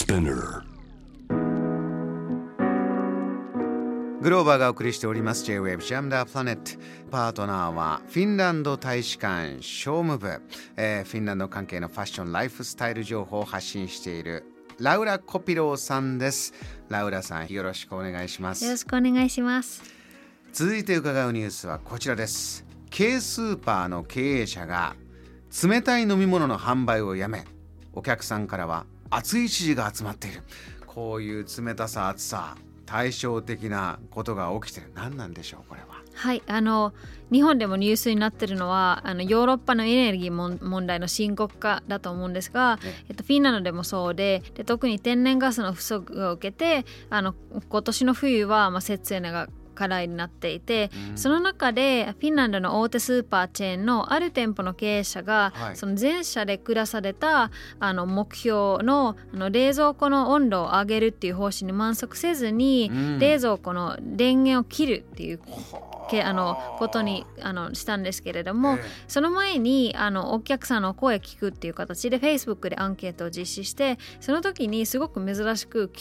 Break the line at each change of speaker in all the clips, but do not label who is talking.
Spinner。
グローバーがお送りしております J-Wave Jam the Planet。 パートナーはフィンランド大使館商務部、フィンランド関係のファッションライフスタイル情報を発信しているラウラ・コピローさんです。ラウラさん、よろしくお願いします。
よろしくお願いします。
続いて伺うニュースはこちらです。K スーパーの経営者が冷たい飲み物の販売をやめ、お客さんからは熱い支持が集まっている。こういう冷たさ、熱さ、対照的なことが起きている。何なんでしょうこれは。
はい、日本でもニュースになっているのはヨーロッパのエネルギー問題の深刻化だと思うんですが、フィンランドでもそうで、特に天然ガスの不足を受けて今年の冬は節電が課題になっていて、その中でフィンランドの大手スーパーチェーンのある店舗の経営者が、その全社で下された目標の冷蔵庫の温度を上げるっていう方針に満足せずに、冷蔵庫の電源を切るっていうことにしたんですけれども、その前にお客さんの声聞くっていう形で Facebook でアンケートを実施して、その時にすごく珍しく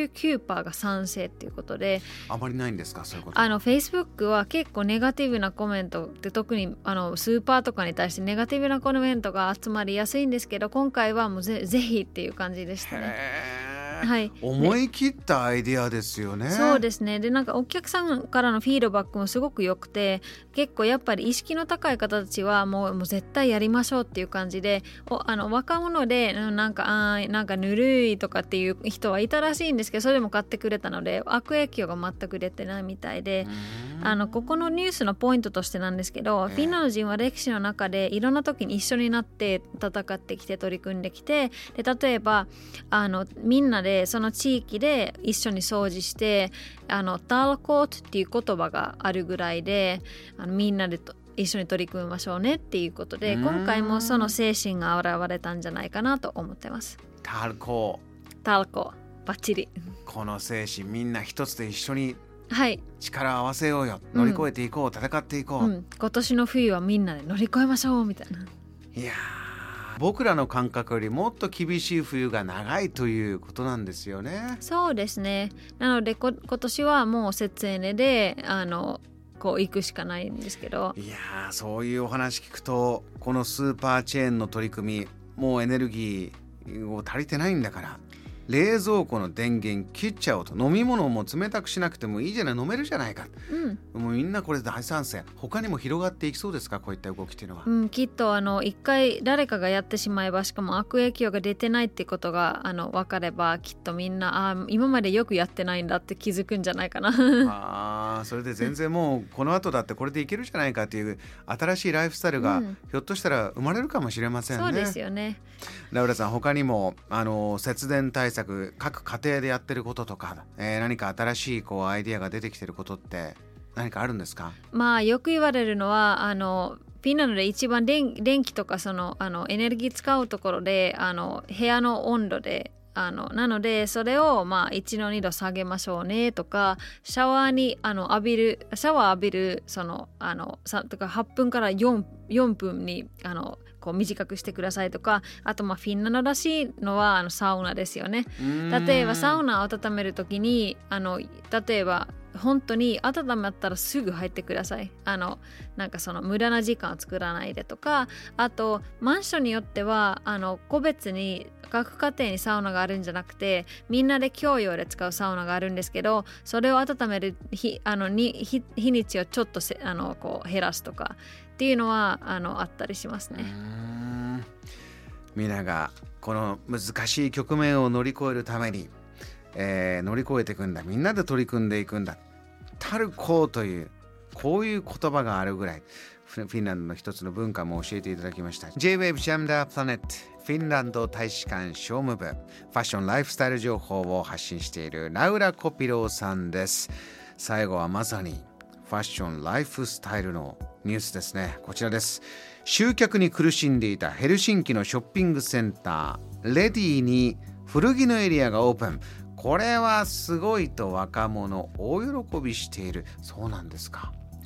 99% が賛成っていうことで。
あまりないんですか、そういうこと。
Facebook は結構ネガティブなコメントで、特にスーパーとかに対してネガティブなコメントが集まりやすいんですけど、今回はもう ぜひっていう感じでしたね。はい、
思い切ったアイデアですよね。
そうですね。で、お客さんからのフィードバックもすごく良くて、結構やっぱり意識の高い方たちはもう絶対やりましょうっていう感じで、若者でなんかぬるいとかっていう人はいたらしいんですけど、それでも買ってくれたので悪影響が全く出てないみたいで、ここのニュースのポイントとしてなんですけど、フィンランド人は歴史の中でいろんな時に一緒になって戦ってきて取り組んできて、で例えばみんなでその地域で一緒に掃除してタルコートっていう言葉があるぐらいで、みんなで一緒に取り組みましょうねっていうことで、今回もその精神が現れたんじゃないかなと思ってます。
タルコ
バッチリ。
この精神、みんな一つで一緒に力を合わせようよ、乗り越えていこう、戦っていこう、
今年の冬はみんなで乗り越えましょうみたいな。
いや僕らの感覚よりもっと厳しい冬が長いということなんですよね。
そうですね。なので今年はもう節電でこう行くしかないんですけど。
いやそういうお話聞くと、このスーパーチェーンの取り組み、もうエネルギーを足りてないんだから冷蔵庫の電源切っちゃおうと。飲み物も冷たくしなくてもいいじゃない、飲めるじゃないか、もうみんなこれ大賛成。他にも広がっていきそうですか、こういった動きっていうのは。
きっと一回誰かがやってしまえば、しかも悪影響が出てないってことが分かれば、きっとみんな今までよくやってないんだって気づくんじゃないかな。
それで全然もうこの後だってこれでいけるじゃないかっていう新しいライフスタイルがひょっとしたら生まれるかもしれませんね。
そうですよね。
ラウラさん、他にも節電対策、各家庭でやってることとか、何か新しいアイデアが出てきてることって何かあるんですか？
よく言われるのはフィンランドで一番電気とかエネルギー使うところで部屋の温度でなので、それを1度2度下げましょうねとか、シャワー浴びるとか8分から4分にこう短くしてくださいとか、あとフィンランドらしいのはサウナですよね。例えばサウナを温めるときに例えば本当に温まったらすぐ入ってください。なんか無駄な時間を作らないでとか、あとマンションによっては個別に各家庭にサウナがあるんじゃなくて、みんなで共用で使うサウナがあるんですけど、それを温める日にちをちょっとこう減らすとかっていうのはあったりしますね。
みんながこの難しい局面を乗り越えるために、乗り越えていくんだ、みんなで取り組んでいくんだ、タルコーというこういう言葉があるぐらい、フィンランドの一つの文化も教えていただきました。 J-Wave Jam the Planet、 フィンランド大使館商務部、ファッションライフスタイル情報を発信しているラウラ・コピローさんです。最後はまさにファッションライフスタイルのニュースですね。こちらです。集客に苦しんでいたヘルシンキのショッピングセンターレディに古着のエリアがオープン。これはすごいと若者大喜びしているそうなんですか。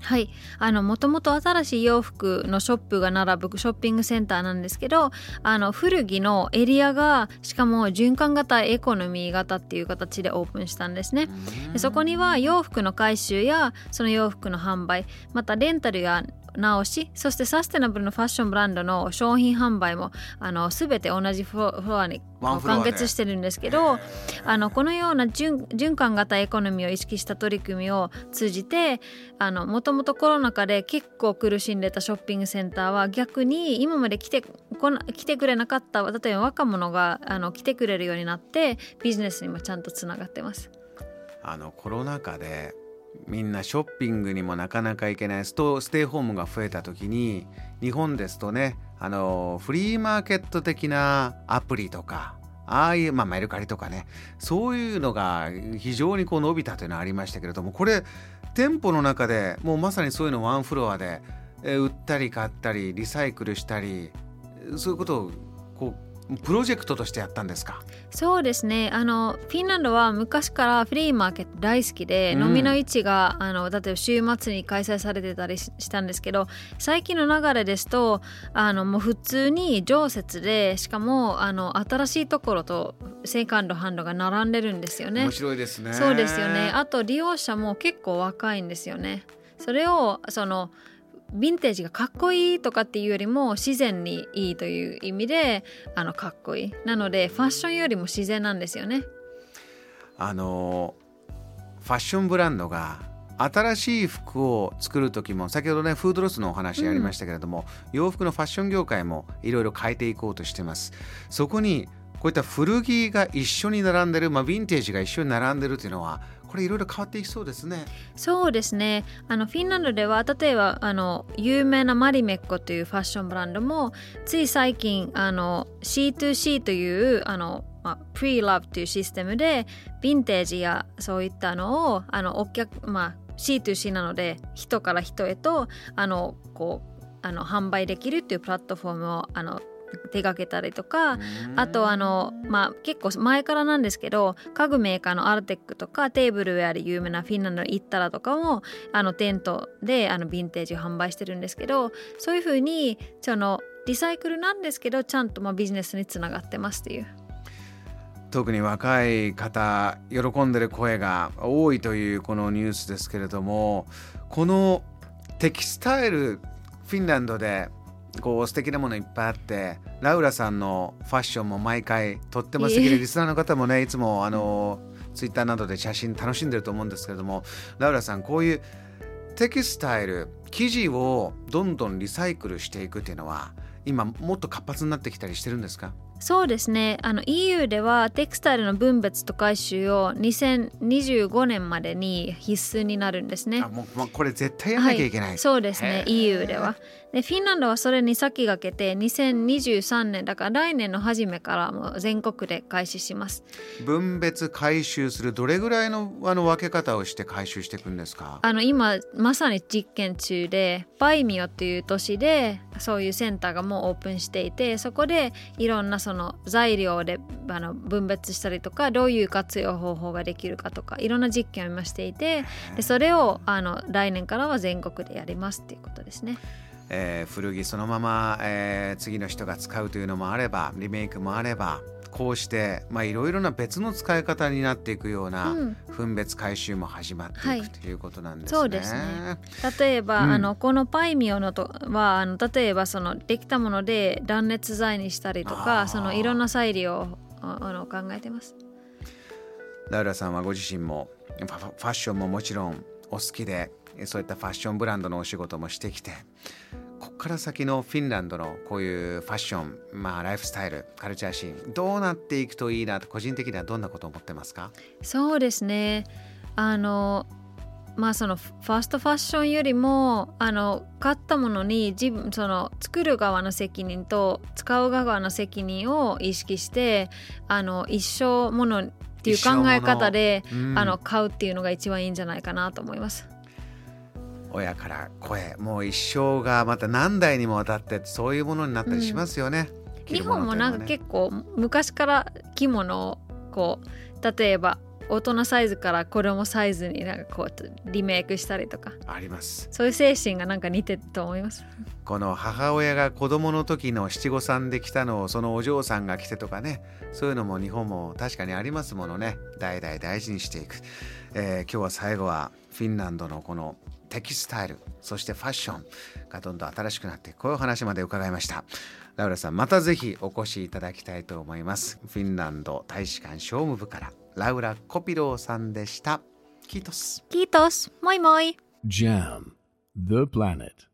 はい、もともと新しい洋服のショップが並ぶショッピングセンターなんですけど、古着のエリアがしかも循環型エコノミー型っていう形でオープンしたんですね。でそこには洋服の回収やその洋服の販売、またレンタルや直し、そしてサステナブルのファッションブランドの商品販売も全て同じフロアに完結してるんですけど、このような循環型エコノミーを意識した取り組みを通じて、もともとコロナ禍で結構苦しんでたショッピングセンターは逆に今まで来てくれなかった例えば若者が来てくれるようになってビジネスにもちゃんとつながってます。
コロナ禍でみんなショッピングにもなかなか行けないステイホームが増えた時に、日本ですとねフリーマーケット的なアプリとかああいう、メルカリとかね、そういうのが非常に伸びたというのはありましたけれども、これ店舗の中でもうまさにそういうのワンフロアで売ったり買ったりリサイクルしたり、そういうことをプロジェクトとしてやったんですか？
そうですね、フィンランドは昔からフリーマーケット大好きで、飲みの市が例えば週末に開催されてたりしたんですけど、最近の流れですともう普通に常設で、しかも新しいところとセカンドハンドが並んでるんですよね。
面白いですね。
そうですよね。あと利用者も結構若いんですよね。それをヴィンテージがかっこいいとかっていうよりも自然にいいという意味でかっこいいなので、ファッションよりも自然なんですよね。
ファッションブランドが新しい服を作る時も、先ほどねフードロスのお話ありましたけれども、洋服のファッション業界もいろいろ変えていこうとしてます。そこにこういった古着が一緒に並んでる、ヴィンテージが一緒に並んでるというのは、これいろいろ変わっていきそうですね。
そうですね。フィンランドでは例えば有名なマリメッコというファッションブランドもつい最近C2C というPre-Love というシステムでヴィンテージやそういったのをC2C なので人から人へと販売できるというプラットフォームを手掛けたりとか、あと結構前からなんですけど、家具メーカーのアルテックとかテーブルウェアで有名なフィンランドのイッタラとかもテントでヴィンテージを販売してるんですけど、そういうふうにリサイクルなんですけどちゃんとビジネスにつながってますという。
特に若い方喜んでる声が多いというこのニュースですけれども、このテキスタイルフィンランドで素敵なものいっぱいあって、ラウラさんのファッションも毎回とっても素敵で、リスナーの方もねいつもツイッターなどで写真楽しんでると思うんですけれども、ラウラさん、こういうテキスタイル生地をどんどんリサイクルしていくっていうのは今もっと活発になってきたりしてるんですか？
そうですね。EU ではテキスタイルの分別と回収を2025年までに必須になるんですね。
もうこれ絶対やらなきゃいけない。
そうですね。EU では。でフィンランドはそれに先駆けて2023年だから来年の初めからもう全国で開始します。
分別回収する、どれぐらいの分け方をして回収していくんですか？
今まさに実験中で、バイミオっていう都市でそういうセンターがもうオープンしていて、そこでいろんな材料で分別したりとか、どういう活用方法ができるかとか、いろんな実験を今していて、でそれを来年からは全国でやりますっていうことですね。
古着そのまま、次の人が使うというのもあれば、リメイクもあれば、こうしていろいろな別の使い方になっていくような分別回収も始まっていくということなんですね。
そうですね。例えば、このパイミオのとは例えばできたもので断熱材にしたりとか、いろんな再利用を考えてます。
ラウラさんはご自身もファッションももちろんお好きで、そういったファッションブランドのお仕事もしてきて、ここから先のフィンランドのこういうファッション、ライフスタイル、カルチャーシーンどうなっていくといいなと個人的にはどんなことを思ってますか？
そうですね。ファーストファッションよりも買ったものに作る側の責任と使う側の責任を意識して、一生ものっていう考え方で、買うっていうのが一番いいんじゃないかなと思います。
親から声、もう一生がまた何代にもわたってそういうものになったりしますよね。
日本も結構昔から着物を例えば大人サイズから子供サイズになんかこうリメイクしたりとか
あります。
そういう精神がなんか似てると思います。
この母親が子供の時の七五三で来たのをそのお嬢さんが来てとかね、そういうのも日本も確かにありますものね。代々大事にしていく。今日は最後はフィンランドのこのテキスタイル、そしてファッションがどんどん新しくなっていく、こういう話まで伺いました。ラウラさん、またぜひお越しいただきたいと思います。フィンランド大使館商務部からラウラ・コピローさんでした。キートス。
キートス。もいもい。
Jam, the planet.